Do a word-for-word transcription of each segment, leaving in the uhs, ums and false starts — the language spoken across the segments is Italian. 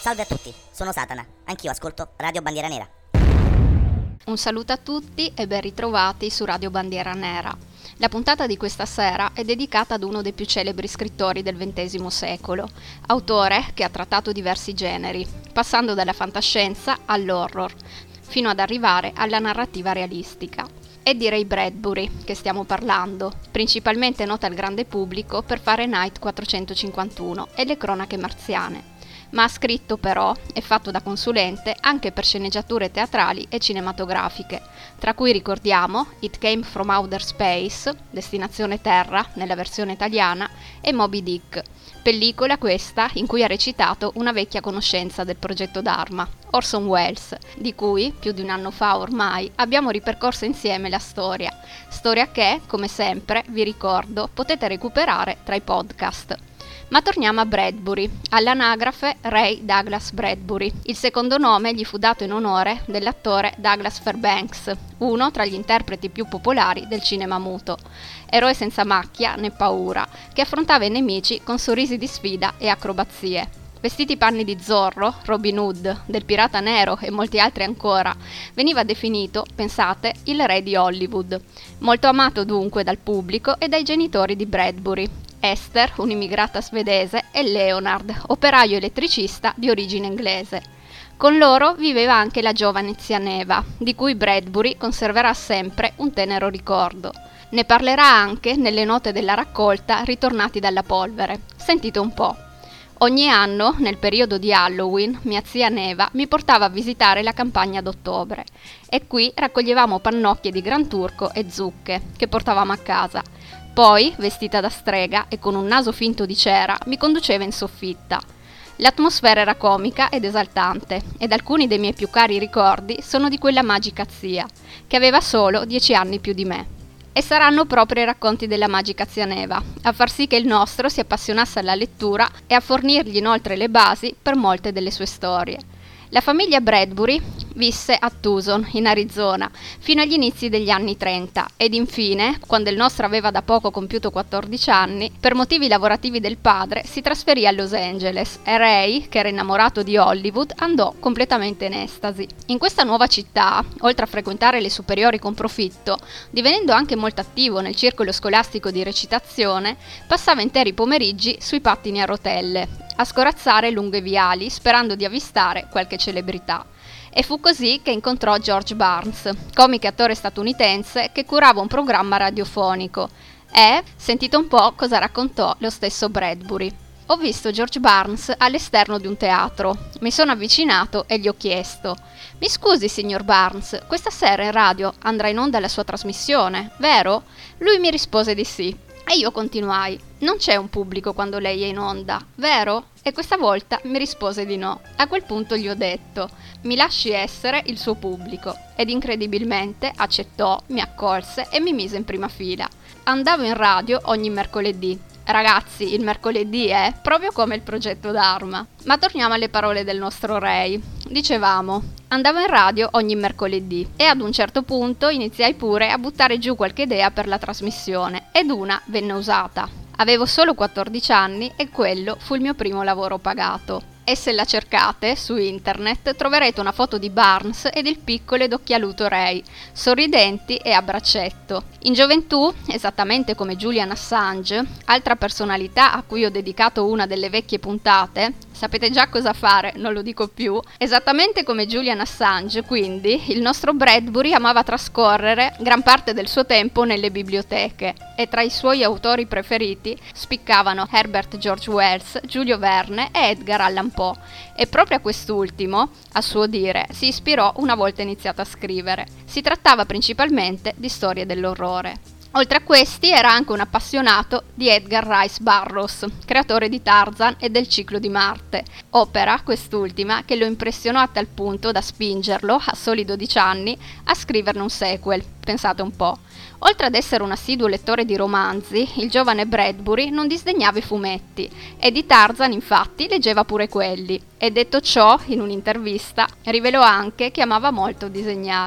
Salve a tutti, sono Satana, anch'io ascolto Radio Bandiera Nera. Un saluto a tutti e ben ritrovati su Radio Bandiera Nera. La puntata di questa sera è dedicata ad uno dei più celebri scrittori del ventesimo secolo, autore che ha trattato diversi generi, passando dalla fantascienza all'horror, fino ad arrivare alla narrativa realistica. È di Ray Bradbury che stiamo parlando, principalmente nota al grande pubblico per Fahrenheit quattrocentocinquantuno e le cronache marziane, ma ha scritto però, e fatto da consulente, anche per sceneggiature teatrali e cinematografiche, tra cui ricordiamo It Came From Outer Space, Destinazione Terra nella versione italiana, e Moby Dick, pellicola questa in cui ha recitato una vecchia conoscenza del progetto Dharma, Orson Welles, di cui, più di un anno fa ormai, abbiamo ripercorso insieme la storia, storia che, come sempre, vi ricordo, potete recuperare tra i podcast. Ma torniamo a Bradbury, all'anagrafe Ray Douglas Bradbury. Il secondo nome gli fu dato in onore dell'attore Douglas Fairbanks, uno tra gli interpreti più popolari del cinema muto. Eroe senza macchia né paura, che affrontava i nemici con sorrisi di sfida e acrobazie. Vestiti i panni di Zorro, Robin Hood, del Pirata Nero e molti altri ancora, veniva definito, pensate, il re di Hollywood. Molto amato dunque dal pubblico e dai genitori di Bradbury. Esther, un'immigrata svedese, e Leonard, operaio elettricista di origine inglese. Con loro viveva anche la giovane zia Neva, di cui Bradbury conserverà sempre un tenero ricordo. Ne parlerà anche nelle note della raccolta Ritornati dalla polvere. Sentite un po'. Ogni anno, nel periodo di Halloween, mia zia Neva mi portava a visitare la campagna d'ottobre e qui raccoglievamo pannocchie di gran turco e zucche che portavamo a casa. Poi, vestita da strega e con un naso finto di cera, mi conduceva in soffitta. L'atmosfera era comica ed esaltante, ed alcuni dei miei più cari ricordi sono di quella magica zia, che aveva solo dieci anni più di me. E saranno proprio i racconti della magica zia Neva, a far sì che il nostro si appassionasse alla lettura e a fornirgli inoltre le basi per molte delle sue storie. La famiglia Bradbury visse a Tucson, in Arizona, fino agli inizi degli anni trenta ed infine, quando il nostro aveva da poco compiuto quattordici anni, per motivi lavorativi del padre si trasferì a Los Angeles e Ray, che era innamorato di Hollywood, andò completamente in estasi. In questa nuova città, oltre a frequentare le superiori con profitto, divenendo anche molto attivo nel circolo scolastico di recitazione, passava interi pomeriggi sui pattini a rotelle, a scorazzare lunghe viali sperando di avvistare qualche celebrità. E fu così che incontrò George Barnes, comico e attore statunitense che curava un programma radiofonico. E, sentite un po' cosa raccontò lo stesso Bradbury. Ho visto George Barnes all'esterno di un teatro. Mi sono avvicinato e gli ho chiesto: «Mi scusi, signor Barnes, questa sera in radio andrà in onda la sua trasmissione, vero?» Lui mi rispose di sì. E io continuai: «Non c'è un pubblico quando lei è in onda, vero?» E questa volta mi rispose di no. A quel punto gli ho detto: «Mi lasci essere il suo pubblico». Ed incredibilmente accettò, mi accolse e mi mise in prima fila. Andavo in radio ogni mercoledì. Ragazzi, il mercoledì è proprio come il progetto Dharma. Ma torniamo alle parole del nostro Ray. Dicevamo, andavo in radio ogni mercoledì e ad un certo punto iniziai pure a buttare giù qualche idea per la trasmissione ed una venne usata. Avevo solo quattordici anni e quello fu il mio primo lavoro pagato. E se la cercate su internet troverete una foto di Barnes ed il piccolo ed occhialuto Ray, sorridenti e a braccetto. In gioventù, esattamente come Julian Assange, altra personalità a cui ho dedicato una delle vecchie puntate, sapete già cosa fare, non lo dico più, esattamente come Julian Assange, quindi, il nostro Bradbury amava trascorrere gran parte del suo tempo nelle biblioteche e tra i suoi autori preferiti spiccavano Herbert George Wells, Giulio Verne e Edgar Allan Poe, e proprio a quest'ultimo, a suo dire, si ispirò una volta iniziato a scrivere. Si trattava principalmente di storie dell'orrore. Oltre a questi era anche un appassionato di Edgar Rice Burroughs, creatore di Tarzan e del ciclo di Marte, opera, quest'ultima, che lo impressionò a tal punto da spingerlo, a soli dodici anni, a scriverne un sequel, pensate un po'. Oltre ad essere un assiduo lettore di romanzi, il giovane Bradbury non disdegnava i fumetti, e di Tarzan infatti leggeva pure quelli, e detto ciò, in un'intervista, rivelò anche che amava molto disegnare.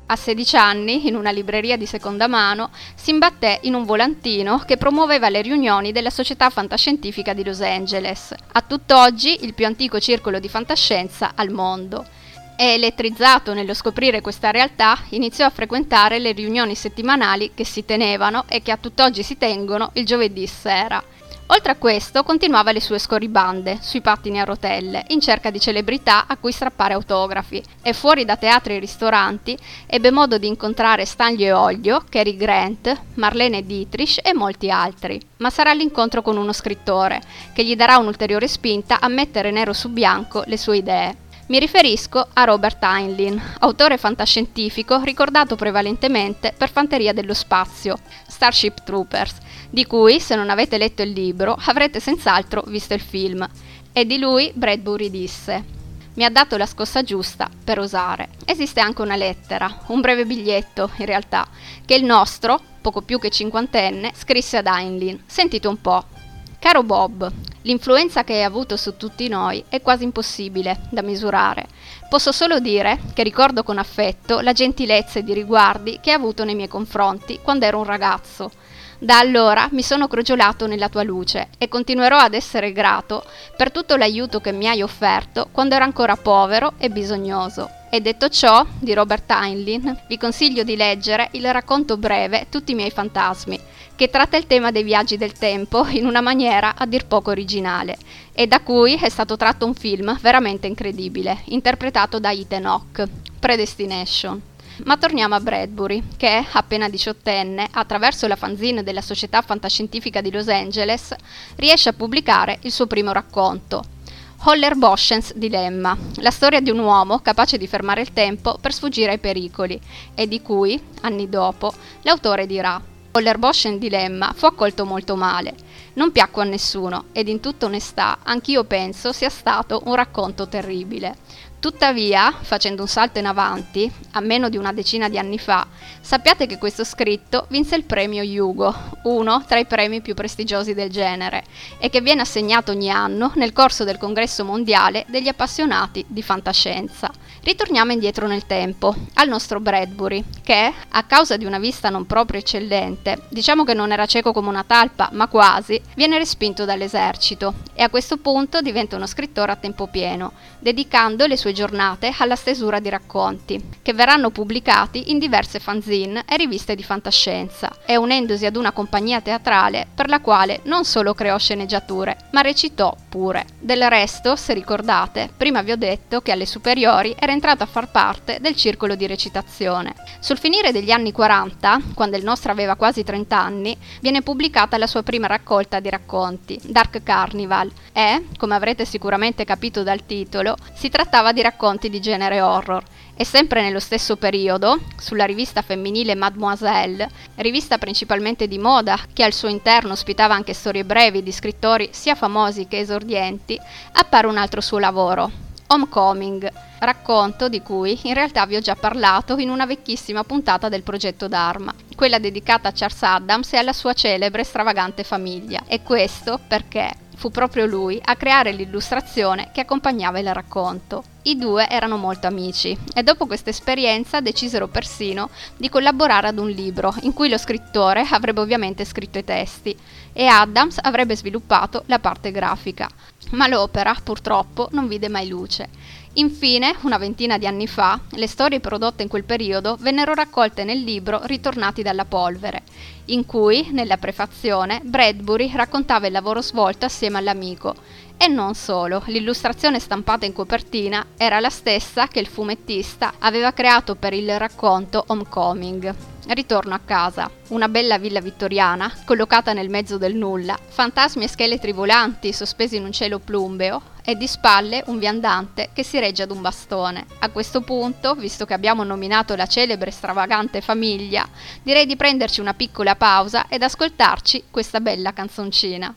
A sedici anni, in una libreria di seconda mano, si imbatté in un volantino che promuoveva le riunioni della Società Fantascientifica di Los Angeles, a tutt'oggi il più antico circolo di fantascienza al mondo. E elettrizzato nello scoprire questa realtà, iniziò a frequentare le riunioni settimanali che si tenevano e che a tutt'oggi si tengono il giovedì sera. Oltre a questo, continuava le sue scorribande sui pattini a rotelle, in cerca di celebrità a cui strappare autografi, e fuori da teatri e ristoranti ebbe modo di incontrare Stanley Olio, Cary Grant, Marlene Dietrich e molti altri. Ma sarà l'incontro con uno scrittore, che gli darà un'ulteriore spinta a mettere nero su bianco le sue idee. Mi riferisco a Robert Heinlein, autore fantascientifico ricordato prevalentemente per Fanteria dello spazio, Starship Troopers, di cui, se non avete letto il libro, avrete senz'altro visto il film. E di lui Bradbury disse: «Mi ha dato la scossa giusta per osare». Esiste anche una lettera, un breve biglietto, in realtà, che il nostro, poco più che cinquantenne, scrisse ad Heinlein. Sentite un po'. Caro Bob, l'influenza che hai avuto su tutti noi è quasi impossibile da misurare. Posso solo dire che ricordo con affetto la gentilezza ed i riguardi che hai avuto nei miei confronti quando ero un ragazzo. Da allora mi sono crogiolato nella tua luce e continuerò ad essere grato per tutto l'aiuto che mi hai offerto quando ero ancora povero e bisognoso. E detto ciò, di Robert Heinlein, vi consiglio di leggere il racconto breve Tutti i miei fantasmi, che tratta il tema dei viaggi del tempo in una maniera a dir poco originale, e da cui è stato tratto un film veramente incredibile, interpretato da Ethan Hawke, Predestination. Ma torniamo a Bradbury, che, appena diciottenne, attraverso la fanzine della Società Fantascientifica di Los Angeles, riesce a pubblicare il suo primo racconto, Holler Boschens Dilemma, la storia di un uomo capace di fermare il tempo per sfuggire ai pericoli, e di cui, anni dopo, l'autore dirà: Holler Boschens Dilemma fu accolto molto male, non piacque a nessuno, ed in tutta onestà anch'io penso sia stato un racconto terribile. Tuttavia, facendo un salto in avanti, a meno di una decina di anni fa, sappiate che questo scritto vinse il premio Hugo, uno tra i premi più prestigiosi del genere, e che viene assegnato ogni anno nel corso del Congresso Mondiale degli Appassionati di Fantascienza. Ritorniamo indietro nel tempo, al nostro Bradbury, che, a causa di una vista non proprio eccellente, diciamo che non era cieco come una talpa, ma quasi, viene respinto dall'esercito, e a questo punto diventa uno scrittore a tempo pieno, dedicando le sue giornate alla stesura di racconti, che verranno pubblicati in diverse fanzine e riviste di fantascienza, e unendosi ad una compagnia teatrale per la quale non solo creò sceneggiature, ma recitò pure. Del resto, se ricordate, prima vi ho detto che alle superiori era entrato a far parte del circolo di recitazione. Sul finire degli anni quaranta, quando il nostro aveva quasi trenta anni, viene pubblicata la sua prima raccolta di racconti, Dark Carnival, e, come avrete sicuramente capito dal titolo, si trattava di racconti di genere horror. E sempre nello stesso periodo, sulla rivista femminile Mademoiselle, rivista principalmente di moda, che al suo interno ospitava anche storie brevi di scrittori sia famosi che esordienti, appare un altro suo lavoro, Homecoming, racconto di cui in realtà vi ho già parlato in una vecchissima puntata del Progetto Dharma, quella dedicata a Charles Addams e alla sua celebre e stravagante famiglia. E questo perché fu proprio lui a creare l'illustrazione che accompagnava il racconto. I due erano molto amici e dopo questa esperienza decisero persino di collaborare ad un libro in cui lo scrittore avrebbe ovviamente scritto i testi e Addams avrebbe sviluppato la parte grafica. Ma l'opera, purtroppo, non vide mai luce. Infine, una ventina di anni fa, le storie prodotte in quel periodo vennero raccolte nel libro Ritornati dalla polvere, in cui, nella prefazione, Bradbury raccontava il lavoro svolto assieme all'amico. E non solo, l'illustrazione stampata in copertina era la stessa che il fumettista aveva creato per il racconto Homecoming. Ritorno a casa, una bella villa vittoriana collocata nel mezzo del nulla, fantasmi e scheletri volanti sospesi in un cielo plumbeo e di spalle un viandante che si regge ad un bastone. A questo punto, visto che abbiamo nominato la celebre e stravagante famiglia, direi di prenderci una piccola pausa ed ascoltarci questa bella canzoncina.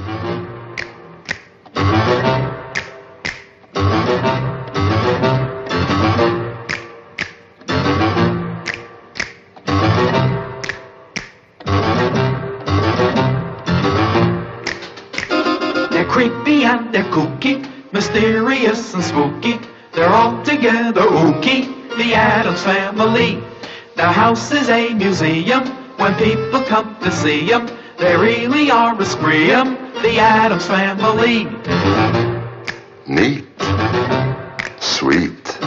Creepy and they're kooky, mysterious and spooky. They're all together ooky, the Addams Family. The house is a museum. When people come to see 'em, they really are a scream. The Addams Family. Neat. Sweet.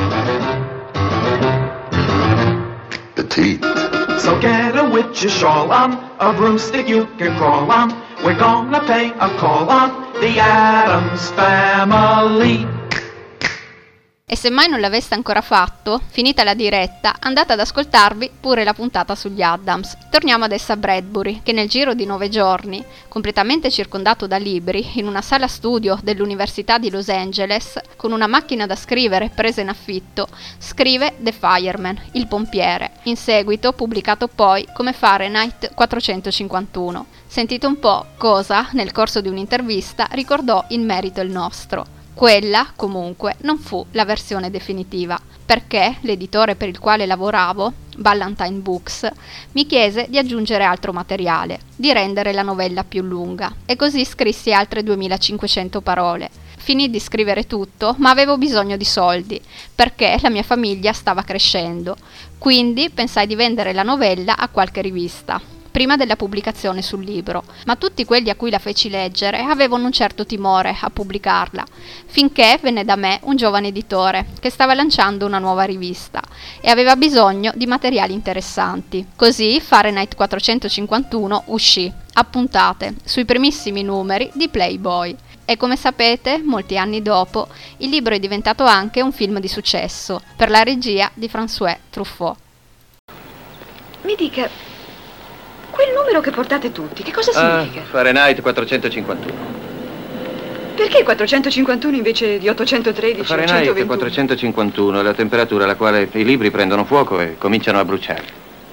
Petite. So get a witch's shawl on, a broomstick you can crawl on. We're gonna pay a call on the Addams Family. E se mai non l'aveste ancora fatto, finita la diretta, andate ad ascoltarvi pure la puntata sugli Addams. Torniamo adesso a Bradbury, che nel giro di nove giorni, completamente circondato da libri, in una sala studio dell'Università di Los Angeles, con una macchina da scrivere presa in affitto, scrive The Fireman, il pompiere, in seguito pubblicato poi come Fahrenheit quattrocentocinquantuno. Sentite un po' cosa, nel corso di un'intervista, ricordò in merito il nostro. Quella, comunque, non fu la versione definitiva, perché l'editore per il quale lavoravo, Ballantine Books, mi chiese di aggiungere altro materiale, di rendere la novella più lunga, e così scrissi altre duemilacinquecento parole. Finì di scrivere tutto, ma avevo bisogno di soldi, perché la mia famiglia stava crescendo, quindi pensai di vendere la novella a qualche rivista, prima della pubblicazione sul libro, ma tutti quelli a cui la feci leggere avevano un certo timore a pubblicarla, finché venne da me un giovane editore che stava lanciando una nuova rivista e aveva bisogno di materiali interessanti. Così Fahrenheit quattrocentocinquantuno uscì, a puntate, sui primissimi numeri di Playboy. E come sapete, molti anni dopo, il libro è diventato anche un film di successo, per la regia di François Truffaut. Mi dica... quel numero che portate tutti, che cosa significa? Ah, Fahrenheit quattrocentocinquantuno. Perché quattrocentocinquantuno invece di ottocentotredici o Fahrenheit centoventuno? quattrocentocinquantuno è la temperatura alla quale i libri prendono fuoco e cominciano a bruciare.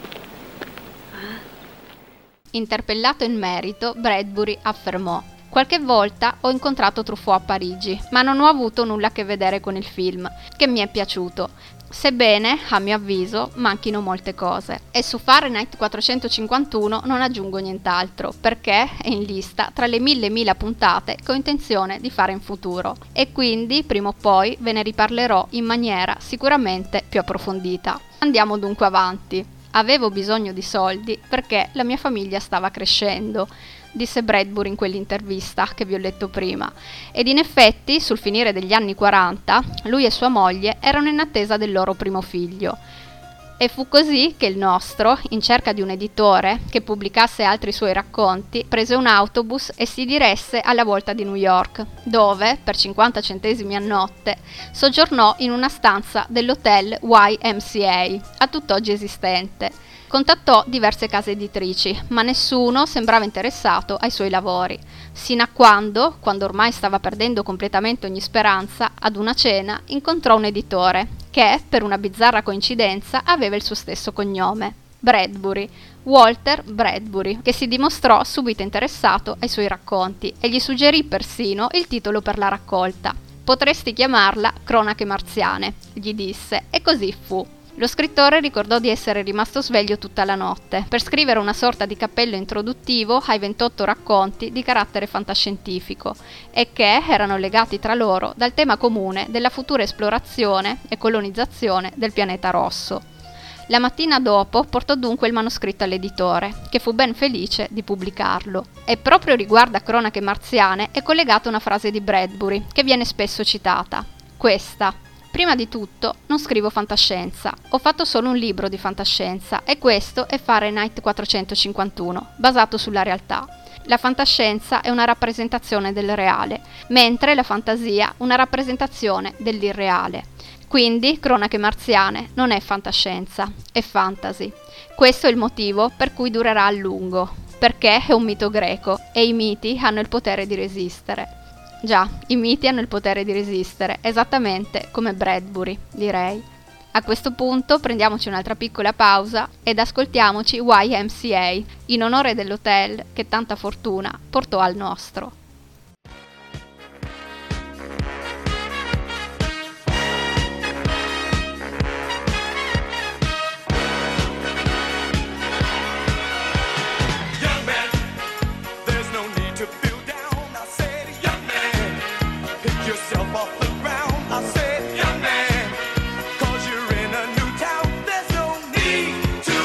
Interpellato in merito, Bradbury affermò: qualche volta ho incontrato Truffaut a Parigi, ma non ho avuto nulla a che vedere con il film, che mi è piaciuto, sebbene, a mio avviso, manchino molte cose. E su Fahrenheit quattrocentocinquantuno non aggiungo nient'altro, perché è in lista tra le mille mila puntate che ho intenzione di fare in futuro, e quindi prima o poi ve ne riparlerò in maniera sicuramente più approfondita. Andiamo dunque avanti. Avevo bisogno di soldi perché la mia famiglia stava crescendo, disse Bradbury in quell'intervista che vi ho letto prima, ed in effetti sul finire degli anni quaranta lui e sua moglie erano in attesa del loro primo figlio. E fu così che il nostro, in cerca di un editore che pubblicasse altri suoi racconti, prese un autobus e si diresse alla volta di New York, dove, per cinquanta centesimi a notte, soggiornò in una stanza dell'hotel Y M C A, a tutt'oggi esistente. Contattò diverse case editrici, ma nessuno sembrava interessato ai suoi lavori, sino a quando, quando ormai stava perdendo completamente ogni speranza, ad una cena incontrò un editore che, per una bizzarra coincidenza, aveva il suo stesso cognome, Bradbury, Walter Bradbury, che si dimostrò subito interessato ai suoi racconti e gli suggerì persino il titolo per la raccolta. «Potresti chiamarla Cronache Marziane», gli disse, e così fu. Lo scrittore ricordò di essere rimasto sveglio tutta la notte per scrivere una sorta di cappello introduttivo ai ventotto racconti di carattere fantascientifico e che erano legati tra loro dal tema comune della futura esplorazione e colonizzazione del pianeta rosso. La mattina dopo portò dunque il manoscritto all'editore, che fu ben felice di pubblicarlo. E proprio riguardo a Cronache Marziane è collegata una frase di Bradbury che viene spesso citata. Questa: prima di tutto, non scrivo fantascienza, ho fatto solo un libro di fantascienza e questo è Fahrenheit quattrocentocinquantuno, basato sulla realtà. La fantascienza è una rappresentazione del reale, mentre la fantasia una rappresentazione dell'irreale. Quindi, Cronache Marziane non è fantascienza, è fantasy. Questo è il motivo per cui durerà a lungo, perché è un mito greco e i miti hanno il potere di resistere. Già, i miti hanno il potere di resistere, esattamente come Bradbury, direi. A questo punto prendiamoci un'altra piccola pausa ed ascoltiamoci Y M C A, in onore dell'hotel che tanta fortuna portò al nostro. To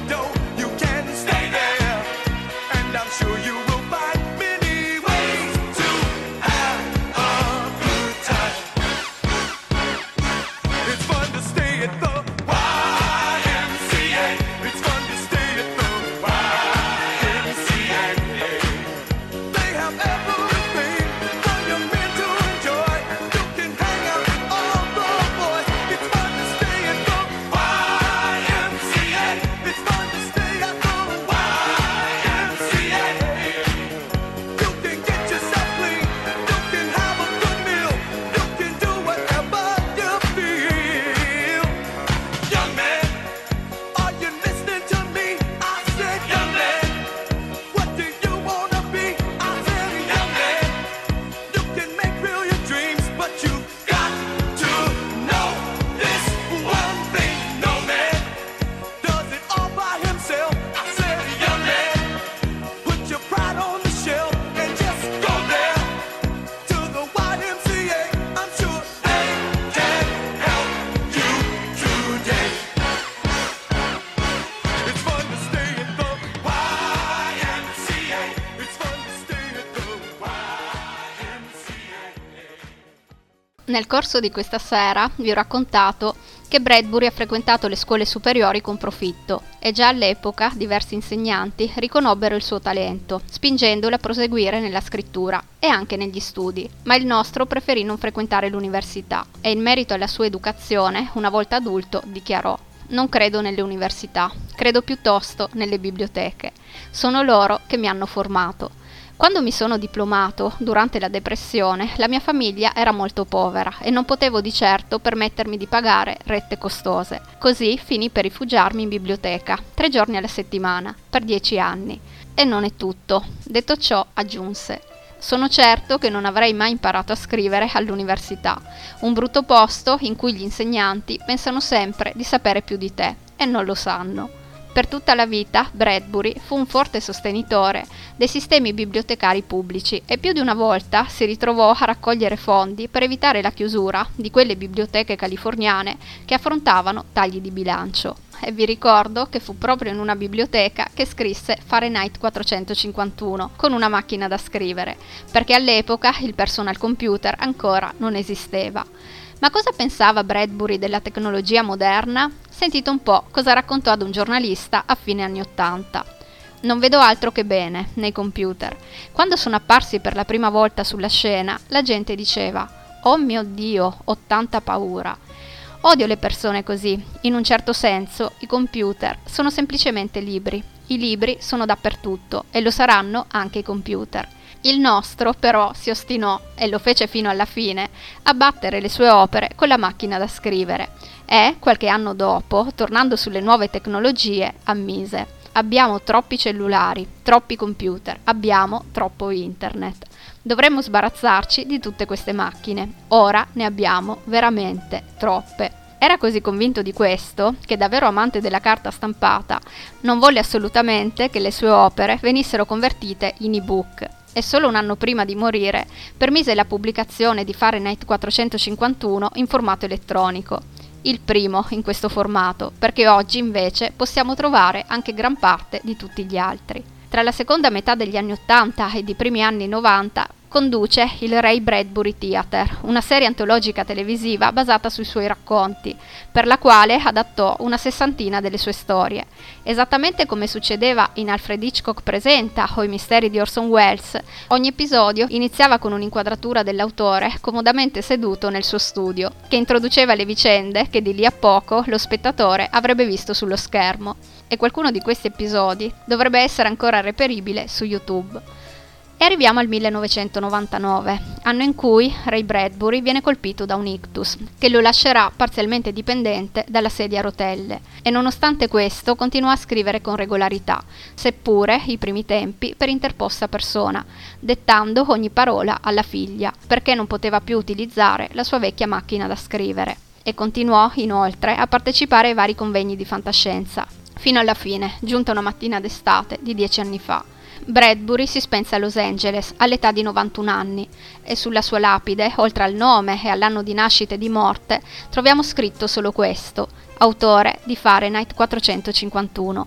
Nel corso di questa sera vi ho raccontato che Bradbury ha frequentato le scuole superiori con profitto e già all'epoca diversi insegnanti riconobbero il suo talento, spingendolo a proseguire nella scrittura e anche negli studi, ma il nostro preferì non frequentare l'università e in merito alla sua educazione, una volta adulto, dichiarò: «Non credo nelle università, credo piuttosto nelle biblioteche. Sono loro che mi hanno formato». Quando mi sono diplomato, durante la depressione, la mia famiglia era molto povera e non potevo di certo permettermi di pagare rette costose. Così finì per rifugiarmi in biblioteca, tre giorni alla settimana, per dieci anni. E non è tutto. Detto ciò, aggiunse: «Sono certo che non avrei mai imparato a scrivere all'università, un brutto posto in cui gli insegnanti pensano sempre di sapere più di te e non lo sanno». Per tutta la vita Bradbury fu un forte sostenitore dei sistemi bibliotecari pubblici e più di una volta si ritrovò a raccogliere fondi per evitare la chiusura di quelle biblioteche californiane che affrontavano tagli di bilancio. E vi ricordo che fu proprio in una biblioteca che scrisse Fahrenheit quattrocentocinquantuno con una macchina da scrivere, perché all'epoca il personal computer ancora non esisteva. Ma cosa pensava Bradbury della tecnologia moderna? Sentite un po' cosa raccontò ad un giornalista a fine anni ottanta. «Non vedo altro che bene nei computer. Quando sono apparsi per la prima volta sulla scena, la gente diceva: "Oh mio Dio, ho tanta paura". Odio le persone così. In un certo senso, i computer sono semplicemente libri. I libri sono dappertutto e lo saranno anche i computer». Il nostro, però, si ostinò, e lo fece fino alla fine, a battere le sue opere con la macchina da scrivere e, qualche anno dopo, tornando sulle nuove tecnologie, ammise: «Abbiamo troppi cellulari, troppi computer, abbiamo troppo internet. Dovremmo sbarazzarci di tutte queste macchine. Ora ne abbiamo veramente troppe». Era così convinto di questo che, da vero amante della carta stampata, non volle assolutamente che le sue opere venissero convertite in ebook. E solo un anno prima di morire permise la pubblicazione di Fahrenheit quattrocentocinquantuno in formato elettronico, il primo in questo formato, perché oggi invece possiamo trovare anche gran parte di tutti gli altri. Tra la seconda metà degli anni ottanta e i primi anni novanta conduce il Ray Bradbury Theater, una serie antologica televisiva basata sui suoi racconti, per la quale adattò una sessantina delle sue storie. Esattamente come succedeva in Alfred Hitchcock Presenta o I misteri di Orson Welles, ogni episodio iniziava con un'inquadratura dell'autore comodamente seduto nel suo studio, che introduceva le vicende che di lì a poco lo spettatore avrebbe visto sullo schermo. E qualcuno di questi episodi dovrebbe essere ancora reperibile su YouTube. E arriviamo al millenovecentonovantanove, anno in cui Ray Bradbury viene colpito da un ictus, che lo lascerà parzialmente dipendente dalla sedia a rotelle, e nonostante questo continuò a scrivere con regolarità, seppure, i primi tempi, per interposta persona, dettando ogni parola alla figlia, perché non poteva più utilizzare la sua vecchia macchina da scrivere. E continuò, inoltre, a partecipare ai vari convegni di fantascienza, fino alla fine, giunta una mattina d'estate di dieci anni fa. Bradbury si spense a Los Angeles all'età di novantuno anni e sulla sua lapide, oltre al nome e all'anno di nascita e di morte, troviamo scritto solo questo: autore di Fahrenheit quattrocentocinquantuno.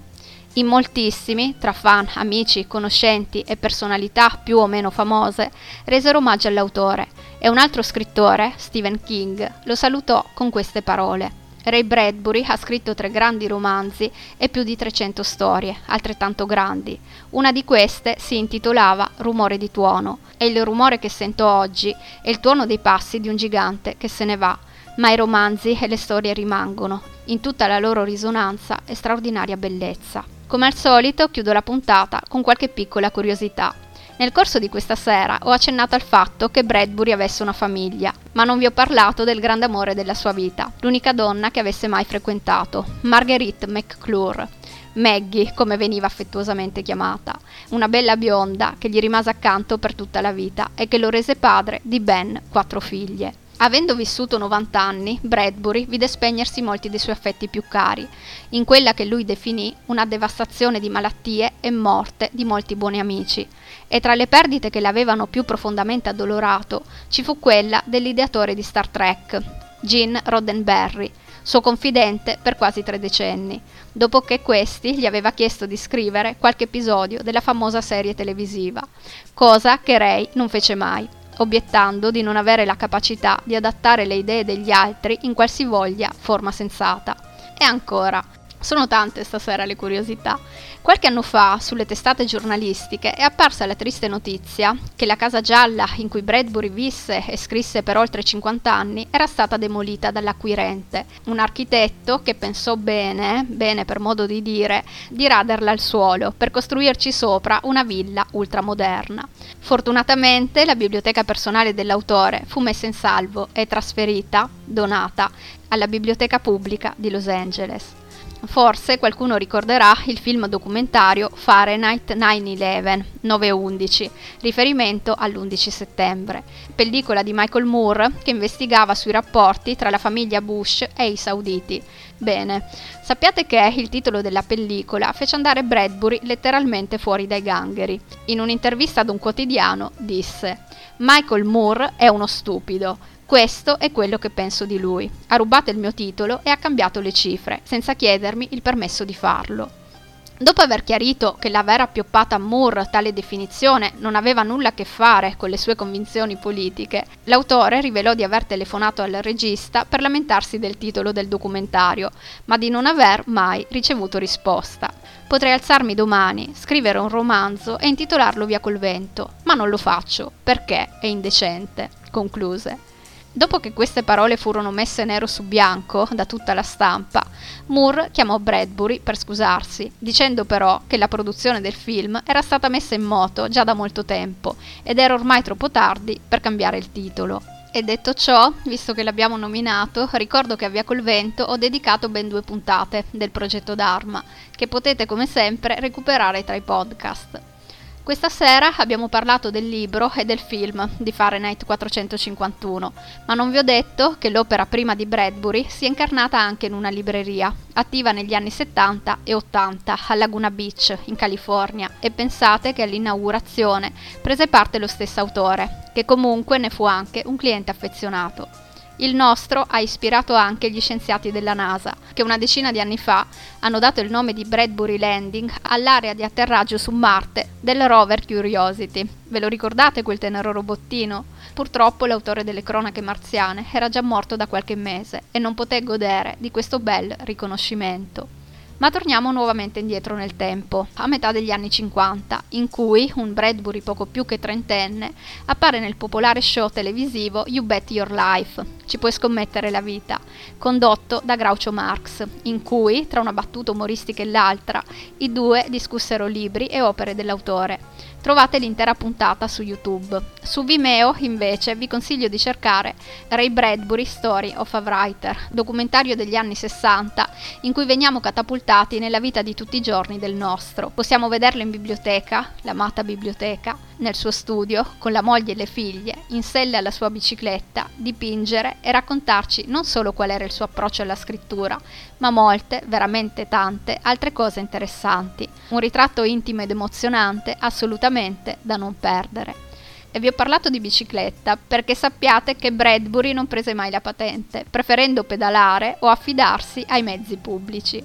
In moltissimi, tra fan, amici, conoscenti e personalità più o meno famose, resero omaggio all'autore e un altro scrittore, Stephen King, lo salutò con queste parole. Ray Bradbury ha scritto tre grandi romanzi e più di trecento storie, altrettanto grandi. Una di queste si intitolava Rumore di tuono, e il rumore che sento oggi è il tuono dei passi di un gigante che se ne va, ma i romanzi e le storie rimangono, in tutta la loro risonanza e straordinaria bellezza. Come al solito chiudo la puntata con qualche piccola curiosità. Nel corso di questa sera ho accennato al fatto che Bradbury avesse una famiglia, ma non vi ho parlato del grande amore della sua vita, l'unica donna che avesse mai frequentato, Marguerite McClure, Maggie come veniva affettuosamente chiamata, una bella bionda che gli rimase accanto per tutta la vita e che lo rese padre di ben quattro figlie. Avendo vissuto novanta anni, Bradbury vide spegnersi molti dei suoi affetti più cari, in quella che lui definì una devastazione di malattie e morte di molti buoni amici, e tra le perdite che l'avevano più profondamente addolorato ci fu quella dell'ideatore di Star Trek, Gene Roddenberry, suo confidente per quasi tre decenni, dopo che questi gli aveva chiesto di scrivere qualche episodio della famosa serie televisiva, cosa che Ray non fece mai, obiettando di non avere la capacità di adattare le idee degli altri in qualsivoglia forma sensata. E ancora, sono tante stasera le curiosità. Qualche anno fa, sulle testate giornalistiche, è apparsa la triste notizia che la casa gialla in cui Bradbury visse e scrisse per oltre cinquanta anni era stata demolita dall'acquirente, un architetto che pensò bene, bene per modo di dire, di raderla al suolo per costruirci sopra una villa ultramoderna. Fortunatamente la biblioteca personale dell'autore fu messa in salvo e trasferita, donata, alla biblioteca pubblica di Los Angeles. Forse qualcuno ricorderà il film documentario Fahrenheit nove nove undici, riferimento all'undici settembre, pellicola di Michael Moore che investigava sui rapporti tra la famiglia Bush e i sauditi. Bene, sappiate che il titolo della pellicola fece andare Bradbury letteralmente fuori dai gangheri. In un'intervista ad un quotidiano disse: «Michael Moore è uno stupido. Questo è quello che penso di lui. Ha rubato il mio titolo e ha cambiato le cifre, senza chiedermi il permesso di farlo». Dopo aver chiarito che l'aver appioppata a Moore tale definizione non aveva nulla a che fare con le sue convinzioni politiche, l'autore rivelò di aver telefonato al regista per lamentarsi del titolo del documentario, ma di non aver mai ricevuto risposta. «Potrei alzarmi domani, scrivere un romanzo e intitolarlo Via col vento, ma non lo faccio, perché è indecente», concluse. Dopo che queste parole furono messe nero su bianco da tutta la stampa, Moore chiamò Bradbury per scusarsi, dicendo però che la produzione del film era stata messa in moto già da molto tempo ed era ormai troppo tardi per cambiare il titolo. E detto ciò, visto che l'abbiamo nominato, ricordo che a Via col vento ho dedicato ben due puntate del progetto Dharma, che potete come sempre recuperare tra i podcast. Questa sera abbiamo parlato del libro e del film di Fahrenheit quattrocentocinquantuno, ma non vi ho detto che l'opera prima di Bradbury si è incarnata anche in una libreria, attiva negli anni settanta e ottanta a Laguna Beach, in California, e pensate che all'inaugurazione prese parte lo stesso autore, che comunque ne fu anche un cliente affezionato. Il nostro ha ispirato anche gli scienziati della NASA, che una decina di anni fa hanno dato il nome di Bradbury Landing all'area di atterraggio su Marte del rover Curiosity. Ve lo ricordate quel tenero robottino? Purtroppo l'autore delle cronache marziane era già morto da qualche mese e non poté godere di questo bel riconoscimento. Ma torniamo nuovamente indietro nel tempo, a metà degli anni cinquanta, in cui un Bradbury poco più che trentenne appare nel popolare show televisivo You Bet Your Life, Ci puoi scommettere la vita, condotto da Groucho Marx, in cui, tra una battuta umoristica e l'altra, i due discussero libri e opere dell'autore. Trovate l'intera puntata su YouTube. Su Vimeo, invece, vi consiglio di cercare Ray Bradbury Story of a Writer, documentario degli anni sessanta, in cui veniamo catapultati nella vita di tutti i giorni del nostro. Possiamo vederlo in biblioteca, l'amata biblioteca, nel suo studio, con la moglie e le figlie, in sella alla sua bicicletta, dipingere e raccontarci non solo qual era il suo approccio alla scrittura, ma molte, veramente tante, altre cose interessanti. Un ritratto intimo ed emozionante, assolutamente da non perdere. E vi ho parlato di bicicletta perché sappiate che Bradbury non prese mai la patente, preferendo pedalare o affidarsi ai mezzi pubblici.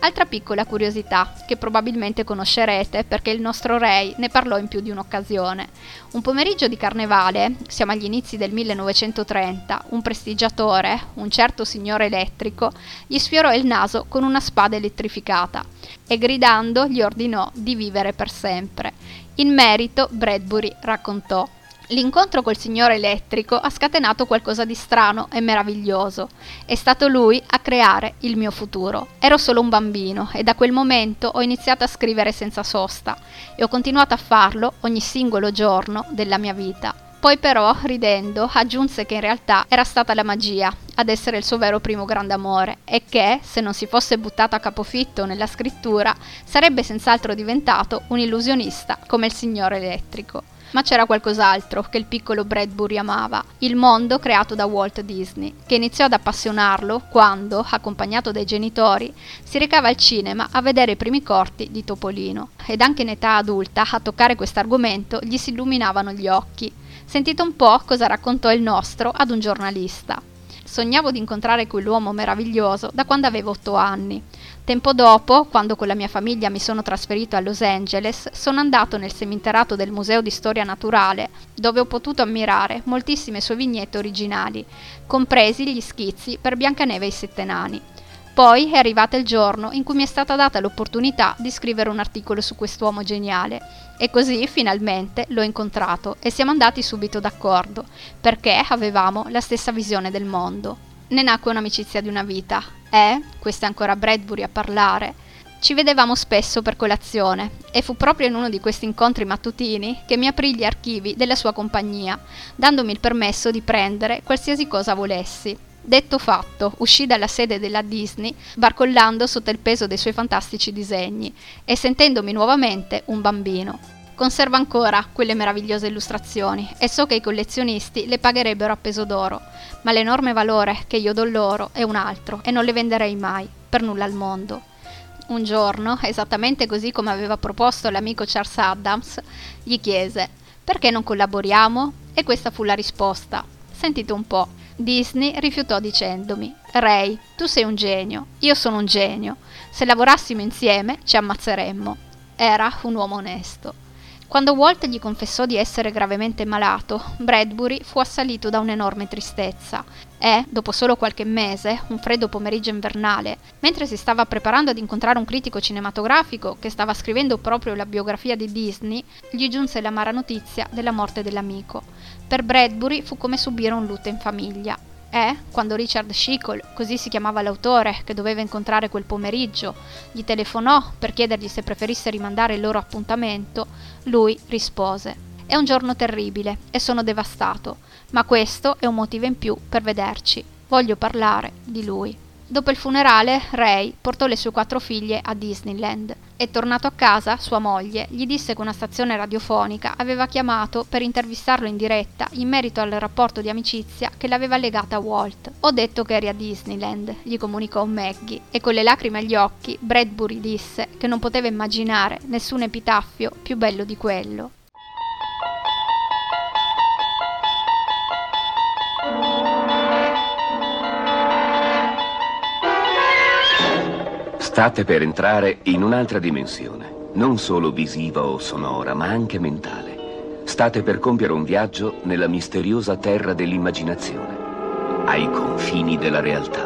Altra piccola curiosità, che probabilmente conoscerete perché il nostro Ray ne parlò in più di un'occasione. Un pomeriggio di carnevale, siamo agli inizi del millenovecentotrenta, un prestigiatore, un certo signore elettrico, gli sfiorò il naso con una spada elettrificata e gridando gli ordinò di vivere per sempre. In merito Bradbury raccontò: l'incontro col signore elettrico ha scatenato qualcosa di strano e meraviglioso. È stato lui a creare il mio futuro. Ero solo un bambino e da quel momento ho iniziato a scrivere senza sosta e ho continuato a farlo ogni singolo giorno della mia vita. Poi però, ridendo, aggiunse che in realtà era stata la magia ad essere il suo vero primo grande amore e che, se non si fosse buttato a capofitto nella scrittura, sarebbe senz'altro diventato un illusionista come il signore elettrico. Ma c'era qualcos'altro che il piccolo Bradbury amava, il mondo creato da Walt Disney, che iniziò ad appassionarlo quando, accompagnato dai genitori, si recava al cinema a vedere i primi corti di Topolino. Ed anche in età adulta, a toccare quest'argomento, gli si illuminavano gli occhi. Sentite un po' cosa raccontò il nostro ad un giornalista. Sognavo di incontrare quell'uomo meraviglioso da quando avevo otto anni. Tempo dopo, quando con la mia famiglia mi sono trasferito a Los Angeles, sono andato nel seminterrato del Museo di Storia Naturale, dove ho potuto ammirare moltissime sue vignette originali, compresi gli schizzi per Biancaneve e i Sette Nani. Poi è arrivato il giorno in cui mi è stata data l'opportunità di scrivere un articolo su quest'uomo geniale. E così, finalmente, l'ho incontrato e siamo andati subito d'accordo, perché avevamo la stessa visione del mondo. Ne nacque un'amicizia di una vita e, questo è ancora Bradbury a parlare, ci vedevamo spesso per colazione e fu proprio in uno di questi incontri mattutini che mi aprì gli archivi della sua compagnia, dandomi il permesso di prendere qualsiasi cosa volessi. Detto fatto, uscì dalla sede della Disney barcollando sotto il peso dei suoi fantastici disegni e sentendomi nuovamente un bambino. Conservo ancora quelle meravigliose illustrazioni e so che i collezionisti le pagherebbero a peso d'oro, ma l'enorme valore che io do loro è un altro e non le venderei mai, per nulla al mondo. Un giorno, esattamente così come aveva proposto l'amico Charles Addams, gli chiese: perché non collaboriamo? E questa fu la risposta. Sentite un po'. Disney rifiutò dicendomi: Ray, tu sei un genio, io sono un genio, se lavorassimo insieme ci ammazzeremmo. Era un uomo onesto. Quando Walt gli confessò di essere gravemente malato, Bradbury fu assalito da un'enorme tristezza e, dopo solo qualche mese, un freddo pomeriggio invernale, mentre si stava preparando ad incontrare un critico cinematografico che stava scrivendo proprio la biografia di Disney, gli giunse l'amara notizia della morte dell'amico. Per Bradbury fu come subire un lutto in famiglia. E, quando Richard Schickel, così si chiamava l'autore che doveva incontrare quel pomeriggio, gli telefonò per chiedergli se preferisse rimandare il loro appuntamento, lui rispose: «È un giorno terribile e sono devastato, ma questo è un motivo in più per vederci. Voglio parlare di lui». Dopo il funerale, Ray portò le sue quattro figlie a Disneyland e, tornato a casa, sua moglie gli disse che una stazione radiofonica aveva chiamato per intervistarlo in diretta in merito al rapporto di amicizia che l'aveva legata a Walt. «Ho detto che eri a Disneyland», gli comunicò Maggie, e con le lacrime agli occhi Bradbury disse che non poteva immaginare nessun epitaffio più bello di quello. State per entrare in un'altra dimensione, non solo visiva o sonora, ma anche mentale. State per compiere un viaggio nella misteriosa terra dell'immaginazione, ai confini della realtà.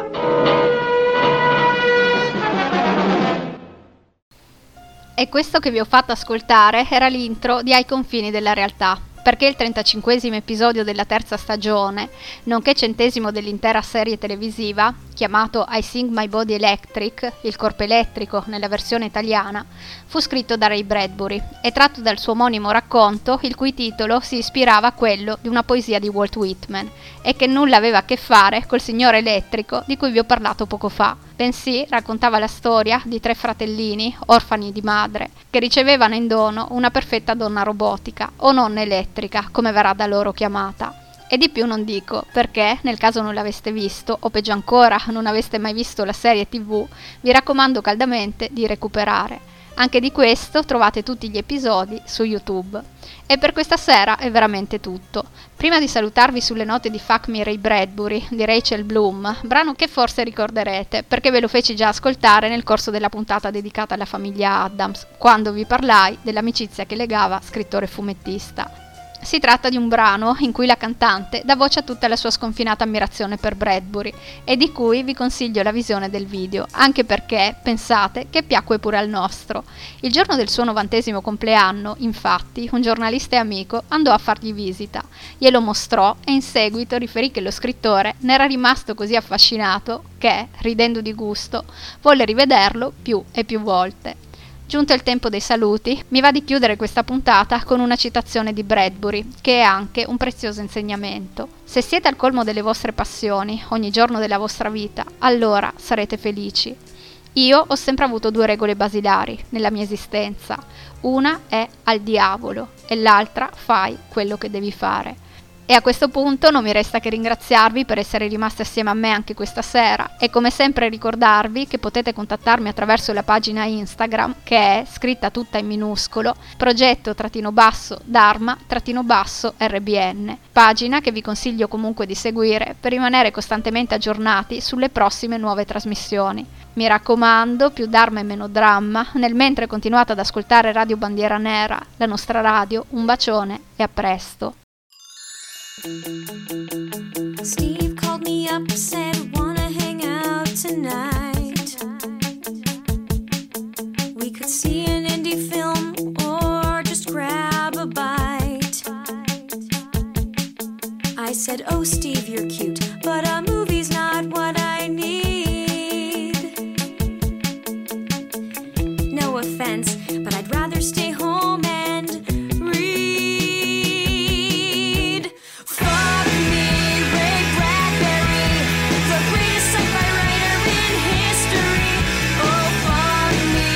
E questo che vi ho fatto ascoltare era l'intro di Ai confini della realtà, perché il trentacinquesimo episodio della terza stagione, nonché centesimo dell'intera serie televisiva, chiamato I Sing My Body Electric, il corpo elettrico nella versione italiana, fu scritto da Ray Bradbury e tratto dal suo omonimo racconto, il cui titolo si ispirava a quello di una poesia di Walt Whitman e che nulla aveva a che fare col signore elettrico di cui vi ho parlato poco fa, bensì raccontava la storia di tre fratellini, orfani di madre, che ricevevano in dono una perfetta donna robotica, o nonna elettrica, come verrà da loro chiamata. E di più non dico, perché, nel caso non l'aveste visto, o peggio ancora non aveste mai visto la serie tivù, vi raccomando caldamente di recuperare. Anche di questo trovate tutti gli episodi su YouTube. E per questa sera è veramente tutto. Prima di salutarvi sulle note di Fuck Me Ray Bradbury di Rachel Bloom, brano che forse ricorderete perché ve lo feci già ascoltare nel corso della puntata dedicata alla famiglia Addams, quando vi parlai dell'amicizia che legava scrittore e fumettista. Si tratta di un brano in cui la cantante dà voce a tutta la sua sconfinata ammirazione per Bradbury e di cui vi consiglio la visione del video, anche perché, pensate, che piacque pure al nostro. Il giorno del suo novantesimo compleanno, infatti, un giornalista e amico andò a fargli visita, glielo mostrò e in seguito riferì che lo scrittore ne era rimasto così affascinato che, ridendo di gusto, volle rivederlo più e più volte. Giunto il tempo dei saluti, mi va di chiudere questa puntata con una citazione di Bradbury, che è anche un prezioso insegnamento. Se siete al colmo delle vostre passioni, ogni giorno della vostra vita, allora sarete felici. Io ho sempre avuto due regole basilari nella mia esistenza. Una è al diavolo e l'altra fai quello che devi fare. E a questo punto non mi resta che ringraziarvi per essere rimasti assieme a me anche questa sera e come sempre ricordarvi che potete contattarmi attraverso la pagina Instagram che è scritta tutta in minuscolo progetto trattino basso Dharma trattino basso R B N, pagina che vi consiglio comunque di seguire per rimanere costantemente aggiornati sulle prossime nuove trasmissioni. Mi raccomando, più Dharma e meno dramma, nel mentre continuate ad ascoltare Radio Bandiera Nera, la nostra radio. Un bacione e a presto. Steve called me up, said wanna hang out tonight. We could see an indie film or just grab a bite. I said, oh Steve, you're cute, but a movie's not what I need. No offense, but I'd rather stay home and read. Fuck me, Ray Bradbury, the greatest sci-fi writer in history. Oh, fuck me,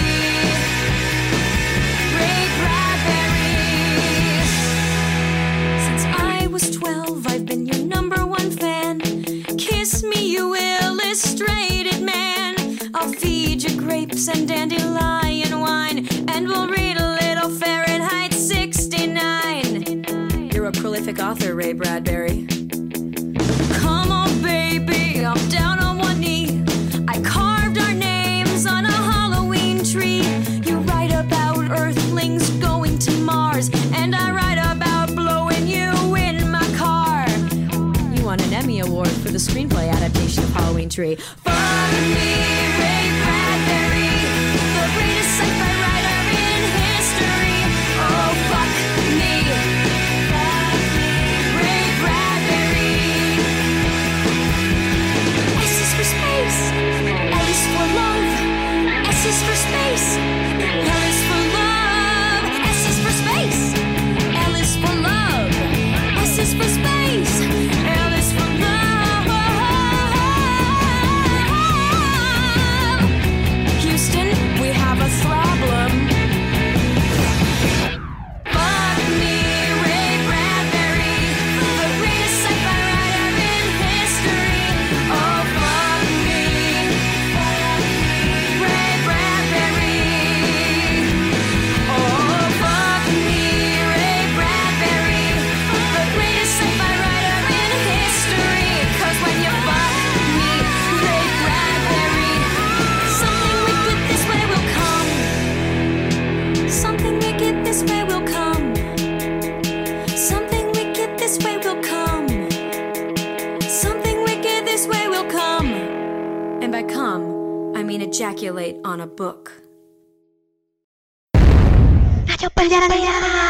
Ray Bradbury. Since I was twelve, I've been your number one fan. Kiss me, you illustrated man. I'll feed you grapes and dandelion wine, and we'll read a little Fahrenheit sixty-nine. You're a prolific author, Ray Bradbury. Come on, baby, I'm down on one knee. I carved our names on a Halloween tree. You write about Earthlings going to Mars, and I write about blowing you in my car. You won an Emmy Award for the screenplay adaptation of Halloween Tree. Fuck me, Ray Bradbury, the greatest sci-fi writer in history. Oh, fuck me, Ray Bradbury. S is for space, L is for love. S is for space, L is for love. S is for space, L is for love. S is for space, L is for love. Houston, we have a problem. Fuck me, Ray Bradbury, the greatest sci-fi writer in history. Oh, fuck me, Ray Bradbury. Oh, fuck me, Ray Bradbury, the greatest sci-fi writer in history. 'Cause when you fuck me, Ray Bradbury, something wicked this way will come. Something wicked this way will come. Something wicked this way will come. Something wicked this way will come. And by come, I mean ejaculate on a book. Radio Bandiera Nera.